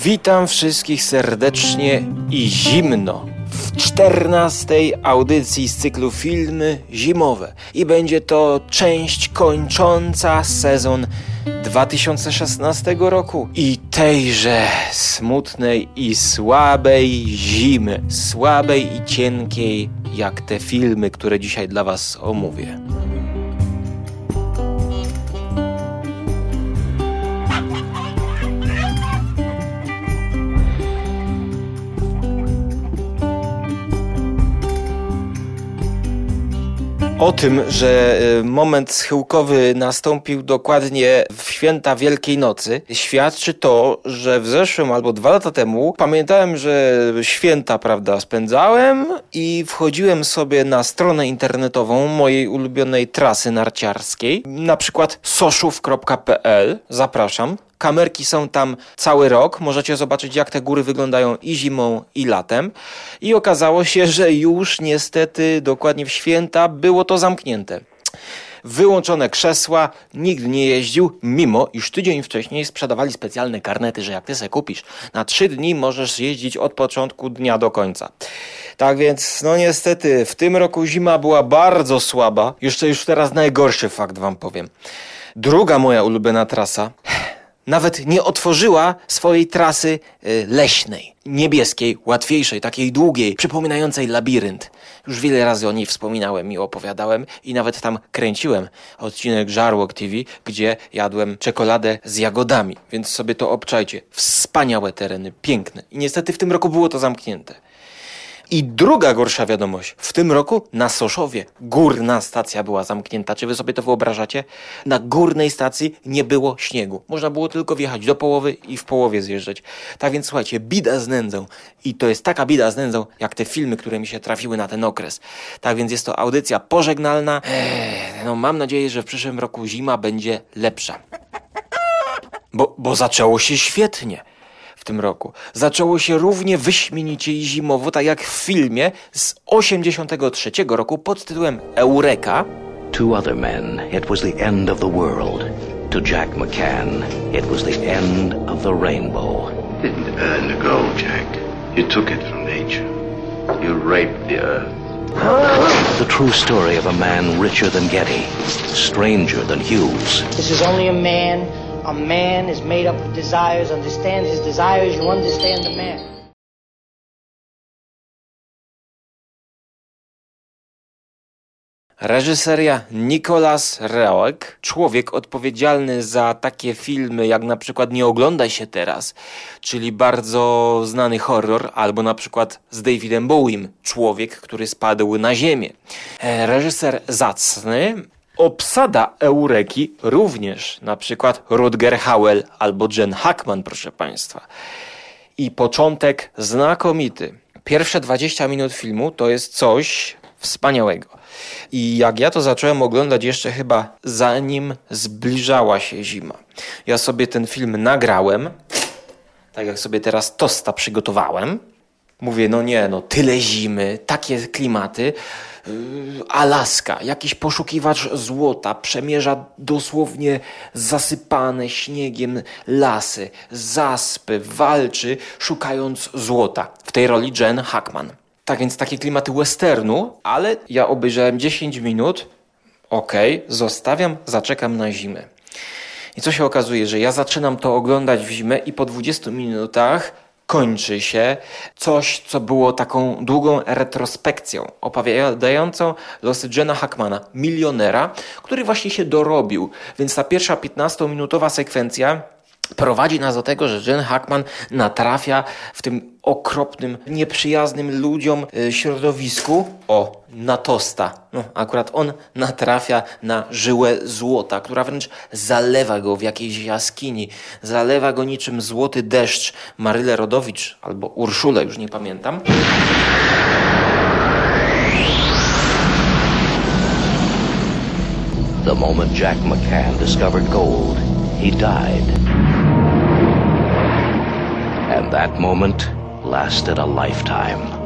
Witam wszystkich serdecznie i zimno w 14. audycji z cyklu Filmy Zimowe. I będzie to część kończąca sezon 2016 roku i tejże smutnej i słabej zimy. Słabej i cienkiej jak te filmy, które dzisiaj dla was omówię. O tym, że moment schyłkowy nastąpił dokładnie w święta Wielkiej Nocy, świadczy to, że w zeszłym albo 2 lata temu pamiętałem, że święta, spędzałem i wchodziłem sobie na stronę internetową mojej ulubionej trasy narciarskiej, na przykład soszów.pl, zapraszam. Kamerki są tam cały rok, możecie zobaczyć, jak te góry wyglądają i zimą, i latem. I okazało się, że już niestety dokładnie w święta było to zamknięte. Wyłączone krzesła, nikt nie jeździł, mimo iż tydzień wcześniej sprzedawali specjalne karnety, że jak ty se kupisz, na 3 dni możesz jeździć od początku dnia do końca. Tak więc, niestety, w tym roku zima była bardzo słaba. Już teraz najgorszy fakt wam powiem. Druga moja ulubiona trasa nawet nie otworzyła swojej trasy leśnej, niebieskiej, łatwiejszej, takiej długiej, przypominającej labirynt. Już wiele razy o niej wspominałem i opowiadałem i nawet tam kręciłem odcinek Żarłok TV, gdzie jadłem czekoladę z jagodami, więc sobie to obczajcie. Wspaniałe tereny, piękne. I niestety w tym roku było to zamknięte. I druga gorsza wiadomość. W tym roku na Soszowie górna stacja była zamknięta. Czy wy sobie to wyobrażacie? Na górnej stacji nie było śniegu. Można było tylko wjechać do połowy i w połowie zjeżdżać. Tak więc słuchajcie, bida z nędzą. I to jest taka bida z nędzą, jak te filmy, które mi się trafiły na ten okres. Tak więc jest to audycja pożegnalna. Mam nadzieję, że w przyszłym roku zima będzie lepsza. Bo zaczęło się świetnie. W tym roku. Zaczęło się równie wyśmienicie i zimowo, tak jak w filmie z 1983 roku pod tytułem Eureka. To other men, it was the end of the world. To Jack McCann, it was the end of the rainbow. You didn't earn the gold, Jack. You took it from nature. You raped the earth. The true story of a man richer than Getty, stranger than Hughes. This is only a man. A man is made up of desires. Understand his desires, you understand the man. Reżyseria Nicolas Roeg, człowiek odpowiedzialny za takie filmy jak na przykład Nie oglądaj się teraz, czyli bardzo znany horror, albo na przykład z Davidem Bowiem, Człowiek, który spadł na ziemię. Reżyser zacny. Obsada Eureki również, na przykład Rutger Hauer albo Gene Hackman, proszę państwa. I początek znakomity. Pierwsze 20 minut filmu to jest coś wspaniałego. I jak ja to zacząłem oglądać jeszcze chyba zanim zbliżała się zima. Ja sobie ten film nagrałem, tak jak sobie teraz tosta przygotowałem. Mówię, tyle zimy, takie klimaty. Alaska, jakiś poszukiwacz złota przemierza dosłownie zasypane śniegiem lasy, zaspy, walczy szukając złota. W tej roli Gene Hackman. Tak więc takie klimaty westernu, ale ja obejrzałem 10 minut, zostawiam, zaczekam na zimę. I co się okazuje, że ja zaczynam to oglądać w zimę i po 20 minutach kończy się coś, co było taką długą retrospekcją opowiadającą losy Gena Hackmana, milionera, który właśnie się dorobił. Więc ta pierwsza 15-minutowa sekwencja prowadzi nas do tego, że Gene Hackman natrafia w tym okropnym, nieprzyjaznym ludziom środowisku na tosta. Akurat on natrafia na żyłę złota, która wręcz zalewa go w jakiejś jaskini. Zalewa go niczym złoty deszcz. Marylę Rodowicz albo Urszulę, już nie pamiętam. The moment Jack McCann discovered gold, he died. And that moment lasted a lifetime.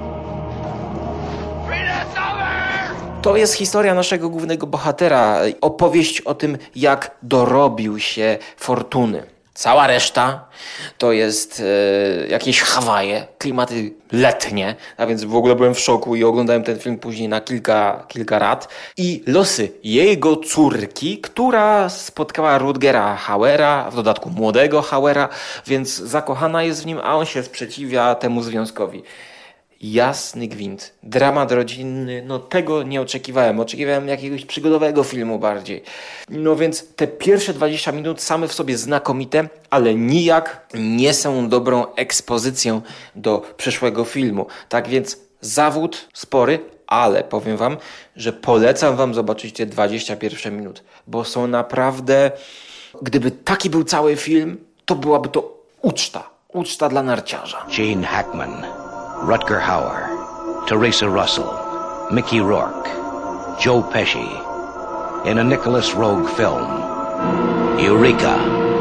To jest historia naszego głównego bohatera, opowieść o tym, jak dorobił się fortuny. Cała reszta to jest jakieś Hawaje, klimaty letnie, a więc w ogóle byłem w szoku i oglądałem ten film później na kilka rat. I losy jego córki, która spotkała Rutgera Hauera, w dodatku młodego Hauera, więc zakochana jest w nim, a on się sprzeciwia temu związkowi. Jasny gwint, dramat rodzinny, no tego nie oczekiwałem. Oczekiwałem jakiegoś przygodowego filmu bardziej. No więc te pierwsze 20 minut same w sobie znakomite, ale nijak nie są dobrą ekspozycją do przyszłego filmu. Tak więc zawód spory, ale powiem wam, że polecam wam zobaczyć te 21 minut, bo są naprawdę... Gdyby taki był cały film, to byłaby to uczta. Uczta dla narciarza. Gene Hackman, Rutger Hauer, Teresa Russell, Mickey Rourke, Joe Pesci in a Nicholas Roeg film, Eureka.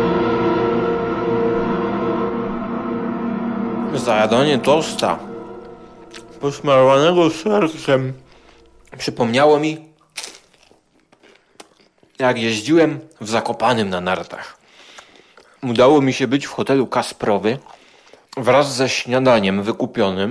Zajadanie tosta posmarowanego sercem przypomniało mi, jak jeździłem w Zakopanem na nartach. Udało mi się być w hotelu Kasprowy wraz ze śniadaniem wykupionym.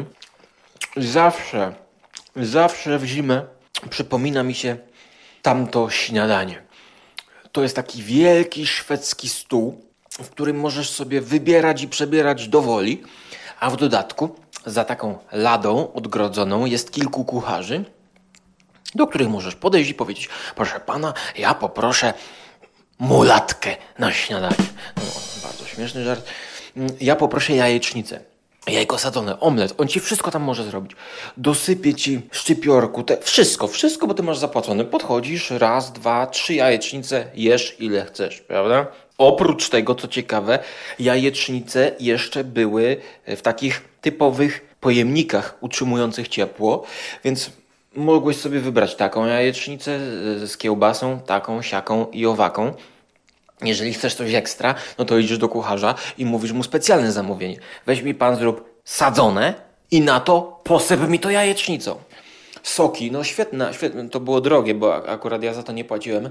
Zawsze w zimę przypomina mi się tamto śniadanie. To jest taki wielki szwedzki stół, w którym możesz sobie wybierać i przebierać do woli, a w dodatku za taką ladą odgrodzoną jest kilku kucharzy, do których możesz podejść i powiedzieć: proszę pana, ja poproszę mulatkę na śniadanie. No, bardzo śmieszny żart. Ja poproszę jajecznicę. Jajko sadzone, omlet, on ci wszystko tam może zrobić. Dosypie ci szczypiorku, wszystko, bo ty masz zapłacone. Podchodzisz, 1, 2, 3 jajecznice, jesz ile chcesz, prawda? Oprócz tego, co ciekawe, jajecznice jeszcze były w takich typowych pojemnikach utrzymujących ciepło, więc mogłeś sobie wybrać taką jajecznicę z kiełbasą, taką, siaką i owaką. Jeżeli chcesz coś ekstra, no to idziesz do kucharza i mówisz mu specjalne zamówienie. Weź mi pan, zrób sadzone i na to posyp mi to jajecznicą. Soki, no świetne, to było drogie, bo akurat ja za to nie płaciłem.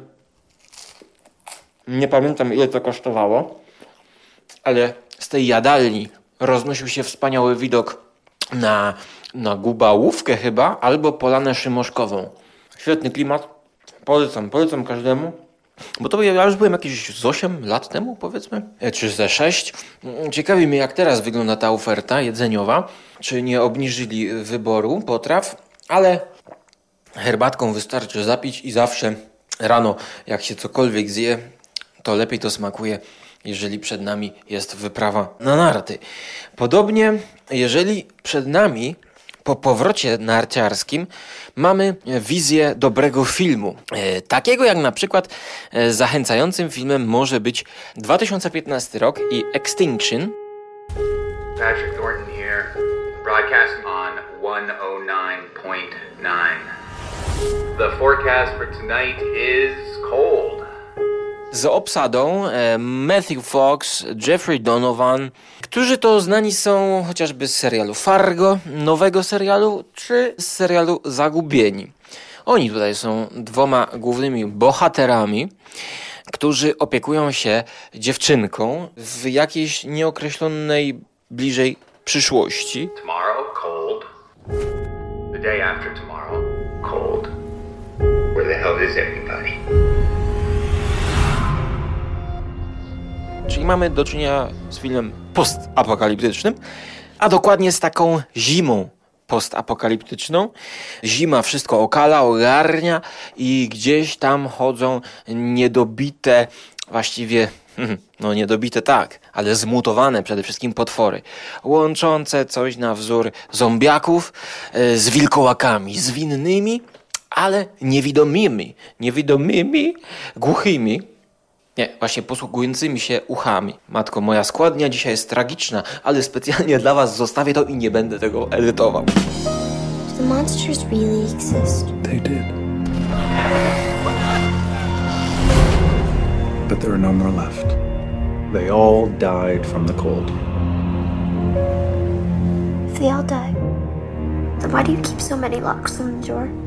Nie pamiętam, ile to kosztowało, ale z tej jadalni roznosił się wspaniały widok na Gubałówkę chyba, albo Polanę Szymoszkową. Świetny klimat, polecam każdemu. Bo to ja już byłem jakieś z 8 lat temu, powiedzmy, czy ze 6. Ciekawi mnie, jak teraz wygląda ta oferta jedzeniowa. Czy nie obniżyli wyboru potraw, ale herbatką wystarczy zapić i zawsze rano, jak się cokolwiek zje, to lepiej to smakuje, jeżeli przed nami jest wyprawa na narty. Podobnie, jeżeli przed nami po powrocie narciarskim mamy wizję dobrego filmu. Takiego jak na przykład zachęcającym filmem może być 2015 rok i Extinction. Patrick Thornton here, broadcasting on 109.9. The forecast for tonight is cold. Z obsadą Matthew Fox, Jeffrey Donovan, którzy to znani są chociażby z serialu Fargo, nowego serialu, czy z serialu Zagubieni. Oni tutaj są 2 głównymi bohaterami, którzy opiekują się dziewczynką w jakiejś nieokreślonej bliżej przyszłości. Tomorrow, cold. The day after tomorrow, cold. Where the hell is everybody? Czyli mamy do czynienia z filmem postapokaliptycznym, a dokładnie z taką zimą postapokaliptyczną. Zima wszystko okala, ogarnia i gdzieś tam chodzą niedobite, właściwie, no niedobite tak, ale zmutowane przede wszystkim potwory, łączące coś na wzór zombiaków z wilkołakami, zwinnymi, ale niewidomymi, głuchymi. Nie, właśnie posługującymi się uchami. Matko, moja składnia dzisiaj jest tragiczna, ale specjalnie dla was zostawię to i nie będę tego edytował. Do the monsters really exist? They did. But there are no more left. They all died from the cold. If they all die, then why do you keep so many locks on the door?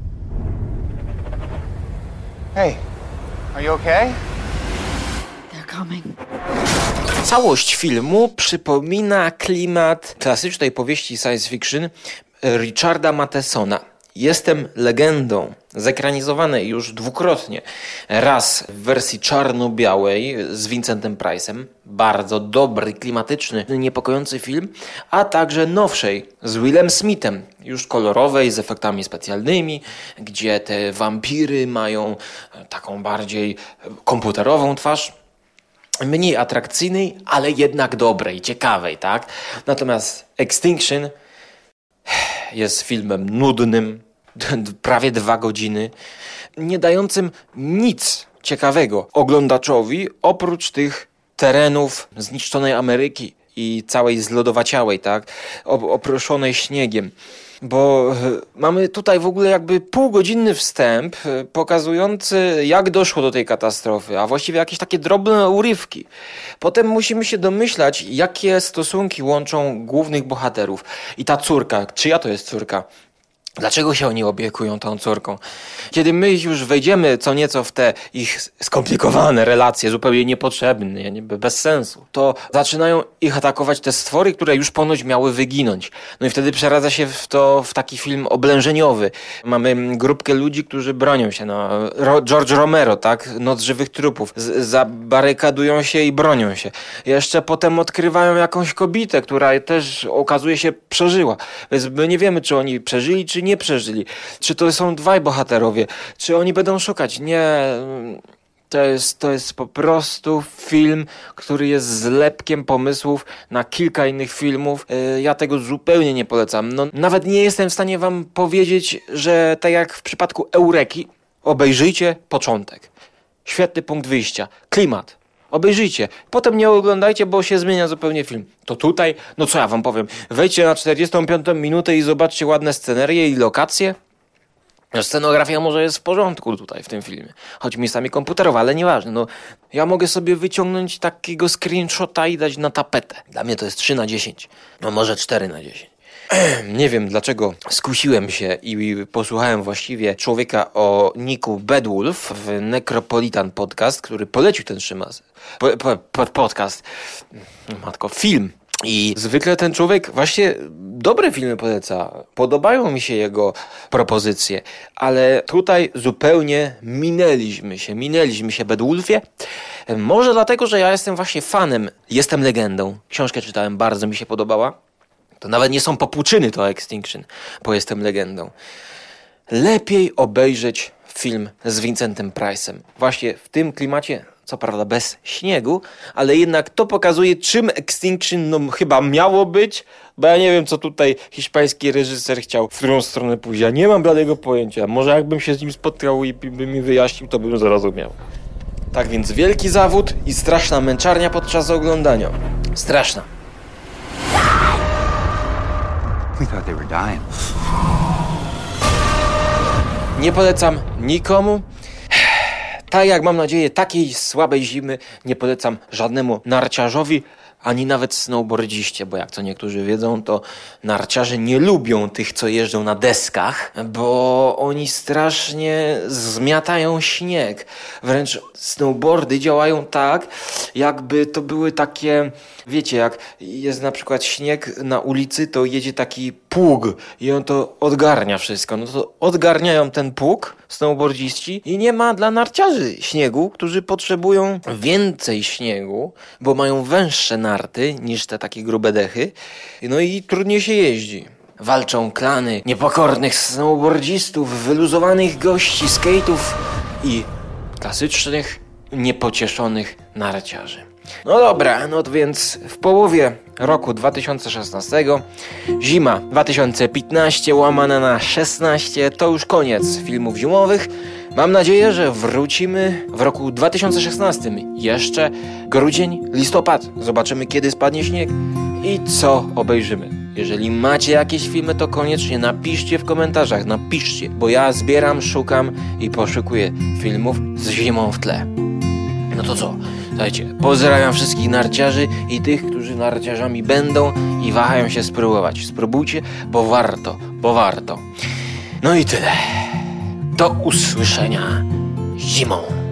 Hey, are you okay? They're coming. Całość filmu przypomina klimat klasycznej powieści science fiction Richarda Mathesona. Jestem legendą, zekranizowane już dwukrotnie. Raz w wersji czarno-białej z Vincentem Price'em, bardzo dobry, klimatyczny, niepokojący film, a także nowszej z Willem Smithem, już kolorowej, z efektami specjalnymi, gdzie te wampiry mają taką bardziej komputerową twarz. Mniej atrakcyjnej, ale jednak dobrej, ciekawej, tak? Natomiast Extinction jest filmem nudnym, prawie 2 godziny, nie dającym nic ciekawego oglądaczowi, oprócz tych terenów zniszczonej Ameryki i całej zlodowaciałej, tak? Oproszonej śniegiem. Bo mamy tutaj w ogóle jakby półgodzinny wstęp pokazujący, jak doszło do tej katastrofy, a właściwie jakieś takie drobne urywki. Potem musimy się domyślać, jakie stosunki łączą głównych bohaterów. I ta córka, czyja to jest córka? Dlaczego się oni opiekują tą córką? Kiedy my już wejdziemy co nieco w te ich skomplikowane relacje, zupełnie niepotrzebne, bez sensu, to zaczynają ich atakować te stwory, które już ponoć miały wyginąć. No i wtedy przeradza się w taki film oblężeniowy. Mamy grupkę ludzi, którzy bronią się. George Romero, tak? Noc żywych trupów. Zabarykadują się i bronią się. Jeszcze potem odkrywają jakąś kobietę, która też okazuje się przeżyła. Więc my nie wiemy, czy oni przeżyli, czy nie przeżyli. Czy to są dwaj bohaterowie? Czy oni będą szukać? Nie. To jest po prostu film, który jest zlepkiem pomysłów na kilka innych filmów. Ja tego zupełnie nie polecam. No, nawet nie jestem w stanie wam powiedzieć, że tak jak w przypadku Eureki, obejrzyjcie początek. Świetny punkt wyjścia. Klimat. Obejrzyjcie. Potem nie oglądajcie, bo się zmienia zupełnie film. To tutaj, no co ja wam powiem, wejdźcie na 45 minutę i zobaczcie ładne scenerie i lokacje. Scenografia może jest w porządku tutaj w tym filmie. Choć miejscami komputerowa, ale nieważne. No, ja mogę sobie wyciągnąć takiego screenshota i dać na tapetę. Dla mnie to jest 3/10. No może 4/10. Nie wiem dlaczego skusiłem się i posłuchałem właściwie człowieka o niku Bedwulf w Necropolitan Podcast, który polecił ten podcast. Matko, film. I zwykle ten człowiek właśnie dobre filmy poleca. Podobają mi się jego propozycje, ale tutaj zupełnie minęliśmy się Bedwulfie. Może dlatego, że ja jestem właśnie fanem. Jestem legendą. Książkę czytałem, bardzo mi się podobała. To nawet nie są popłuczyny to Extinction, bo jestem legendą. Lepiej obejrzeć film z Vincentem Price'em. Właśnie w tym klimacie, co prawda bez śniegu, ale jednak to pokazuje, czym Extinction chyba miało być, bo ja nie wiem, co tutaj hiszpański reżyser chciał, w którą stronę pójść. Ja nie mam bladego pojęcia. Może jakbym się z nim spotkał i by mi wyjaśnił, to bym zrozumiał. Tak więc wielki zawód i straszna męczarnia podczas oglądania. Straszna. We thought they were dying. Nie polecam nikomu. Tak jak mam nadzieję, takiej słabej zimy nie polecam żadnemu narciarzowi, ani nawet snowboardziście, bo jak to niektórzy wiedzą, to narciarze nie lubią tych, co jeżdżą na deskach, bo oni strasznie zmiatają śnieg. Wręcz snowboardy działają tak, jakby to były takie, wiecie, jak jest na przykład śnieg na ulicy, to jedzie taki pług i on to odgarnia wszystko. No to odgarniają ten pług snowboardziści i nie ma dla narciarzy śniegu, którzy potrzebują więcej śniegu, bo mają węższe narty niż te takie grube dechy. No i trudniej się jeździ. Walczą klany niepokornych snowboardzistów, wyluzowanych gości, skate'ów i klasycznych, niepocieszonych narciarzy. No dobra, no więc w połowie roku 2016, zima 2015/16, to już koniec filmów zimowych. Mam nadzieję, że wrócimy w roku 2016. Jeszcze grudzień, listopad. Zobaczymy, kiedy spadnie śnieg i co obejrzymy. Jeżeli macie jakieś filmy, to koniecznie napiszcie w komentarzach. Napiszcie, bo ja zbieram, szukam i poszukuję filmów z zimą w tle. No to co? Słuchajcie, pozdrawiam wszystkich narciarzy i tych, którzy narciarzami będą i wahają się spróbować. Spróbujcie, bo warto. No i tyle. Do usłyszenia zimą.